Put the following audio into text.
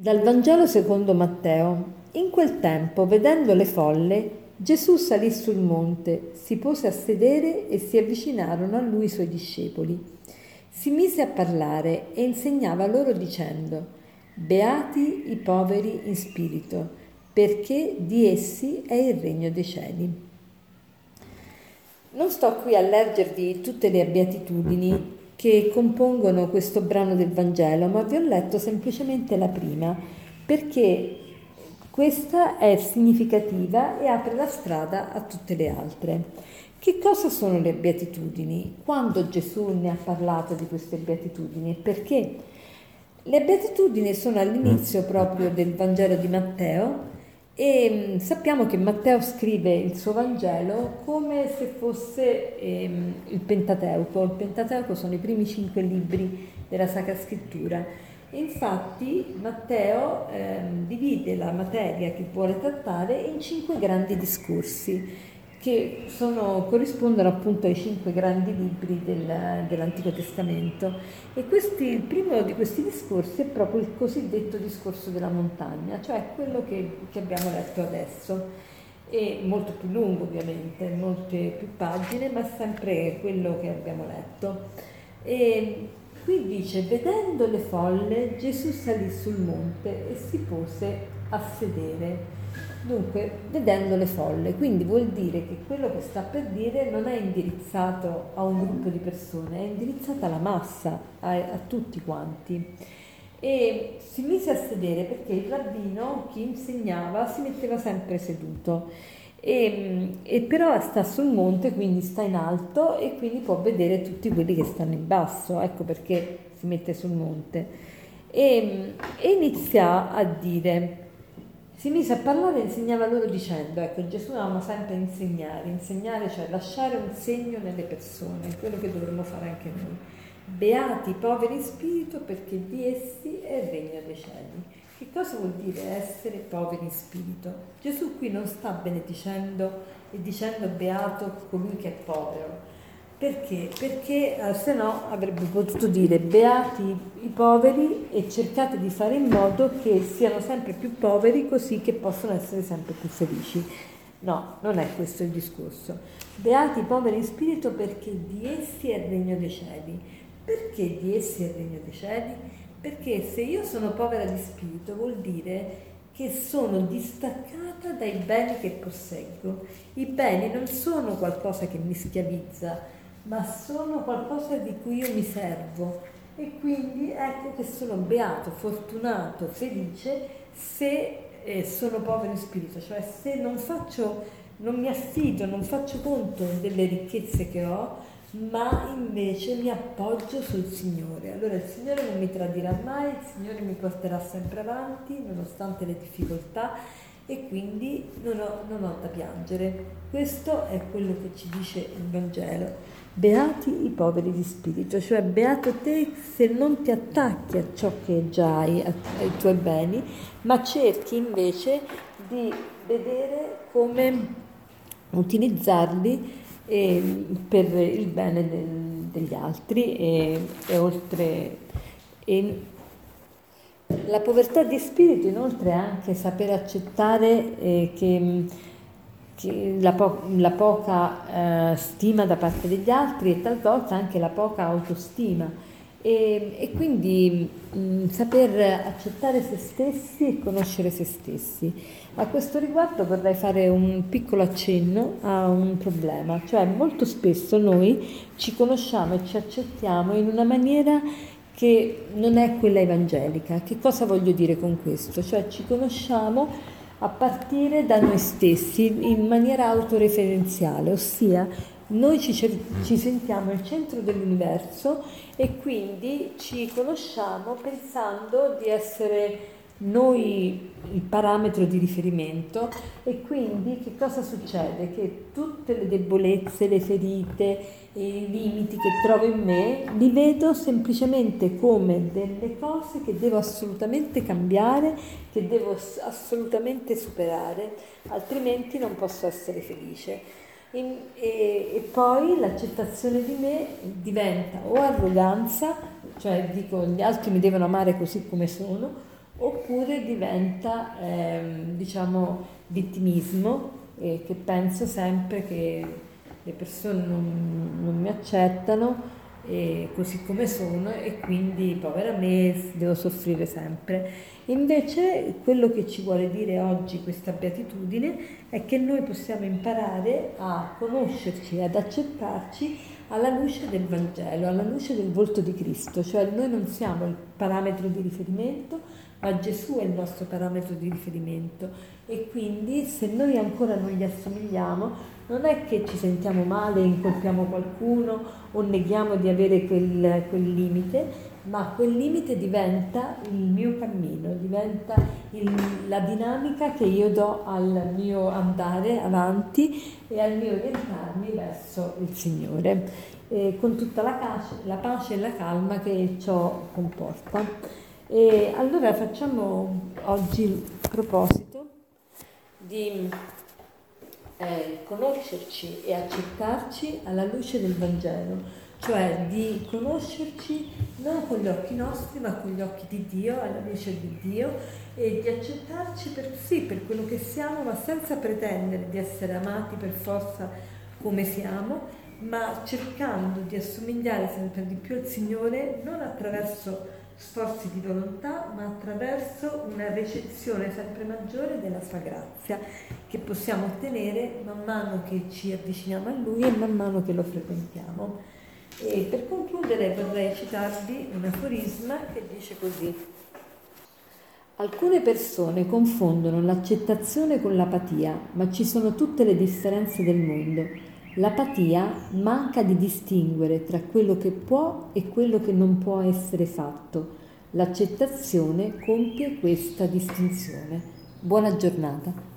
Dal Vangelo secondo Matteo. In quel tempo, vedendo le folle, Gesù salì sul monte, si pose a sedere e si avvicinarono a lui i suoi discepoli. Si mise a parlare e insegnava loro dicendo: Beati i poveri in spirito, perché di essi è il regno dei cieli. Non sto qui a leggervi tutte le beatitudini che compongono questo brano del Vangelo, ma vi ho letto semplicemente la prima, perché questa è significativa e apre la strada a tutte le altre. Che cosa sono le beatitudini? Quando Gesù ne ha parlato di queste beatitudini e perché? Le beatitudini sono all'inizio proprio del Vangelo di Matteo e sappiamo che Matteo scrive il suo Vangelo come se fosse il Pentateuco. Il Pentateuco sono i primi 5 libri della Sacra Scrittura. E infatti Matteo divide la materia che vuole trattare in 5 grandi discorsi che corrispondono appunto ai 5 grandi libri dell'Antico Testamento. E il primo di questi discorsi è proprio il cosiddetto discorso della montagna, cioè quello che abbiamo letto adesso. È molto più lungo ovviamente, molte più pagine, ma sempre quello che abbiamo letto. E qui dice: vedendo le folle, Gesù salì sul monte e si pose a sedere. Dunque, vedendo le folle, quindi vuol dire che quello che sta per dire non è indirizzato a un gruppo di persone, è indirizzato alla massa, a tutti quanti. E si mise a sedere perché il rabbino, chi insegnava, si metteva sempre seduto. E però sta sul monte, quindi sta in alto e quindi può vedere tutti quelli che stanno in basso, ecco perché si mette sul monte. E inizia a dire... Si mise a parlare e insegnava loro dicendo, ecco, Gesù ama sempre insegnare cioè lasciare un segno nelle persone, quello che dovremmo fare anche noi. Beati i poveri in spirito perché di essi è il regno dei cieli. Che cosa vuol dire essere poveri in spirito? Gesù qui non sta benedicendo e dicendo beato colui che è povero. Perché? Perché se no avrebbe potuto dire beati i poveri e cercate di fare in modo che siano sempre più poveri così che possono essere sempre più felici. No, non è questo il discorso. Beati i poveri in spirito perché di essi è il regno dei cieli. Perché di essi è il regno dei cieli? Perché se io sono povera di spirito vuol dire che sono distaccata dai beni che posseggo. I beni non sono qualcosa che mi schiavizza, ma sono qualcosa di cui io mi servo e quindi ecco che sono beato, fortunato, felice se sono povero in spirito, cioè se non mi affido, non faccio conto delle ricchezze che ho, ma invece mi appoggio sul Signore. Allora il Signore non mi tradirà mai, il Signore mi porterà sempre avanti nonostante le difficoltà e quindi non ho da piangere. Questo è quello che ci dice il Vangelo. Beati i poveri di spirito, cioè beato te se non ti attacchi a ciò che già hai, ai tuoi beni, ma cerchi invece di vedere come utilizzarli per il bene degli altri e oltre. La povertà di spirito inoltre è anche saper accettare che la poca stima da parte degli altri e talvolta anche la poca autostima e quindi saper accettare se stessi e conoscere se stessi. A questo riguardo vorrei fare un piccolo accenno a un problema, cioè molto spesso noi ci conosciamo e ci accettiamo in una maniera che non è quella evangelica. Che cosa voglio dire con questo? Cioè ci conosciamo a partire da noi stessi in maniera autoreferenziale, ossia noi ci sentiamo il centro dell'universo e quindi ci conosciamo pensando di essere noi il parametro di riferimento e quindi che cosa succede? Che tutte le debolezze, le ferite, i limiti che trovo in me li vedo semplicemente come delle cose che devo assolutamente cambiare, che devo assolutamente superare, altrimenti non posso essere felice. E poi l'accettazione di me diventa o arroganza, cioè dico gli altri mi devono amare così come sono, oppure diventa, diciamo, vittimismo, che penso sempre che le persone non mi accettano così come sono e quindi povera me devo soffrire sempre. Invece quello che ci vuole dire oggi questa beatitudine è che noi possiamo imparare a conoscerci, ad accettarci alla luce del Vangelo, alla luce del volto di Cristo, cioè noi non siamo il parametro di riferimento, ma Gesù è il nostro parametro di riferimento e quindi se noi ancora non gli assomigliamo non è che ci sentiamo male, incolpiamo qualcuno o neghiamo di avere quel limite, ma quel limite diventa il mio cammino, diventa la dinamica che io do al mio andare avanti e al mio orientarmi verso il Signore, con tutta la pace e la calma che ciò comporta. E allora facciamo oggi il proposito di conoscerci e accettarci alla luce del Vangelo, cioè di conoscerci non con gli occhi nostri ma con gli occhi di Dio, alla luce di Dio, e di accettarci per quello che siamo, ma senza pretendere di essere amati per forza come siamo, ma cercando di assomigliare sempre di più al Signore, non attraverso sforzi di volontà, ma attraverso una ricezione sempre maggiore della sua grazia, che possiamo ottenere man mano che ci avviciniamo a Lui e man mano che lo frequentiamo. E per concludere vorrei citarvi un aforisma che dice così: alcune persone confondono l'accettazione con l'apatia, ma ci sono tutte le differenze del mondo. L'apatia manca di distinguere tra quello che può e quello che non può essere fatto. L'accettazione compie questa distinzione. Buona giornata.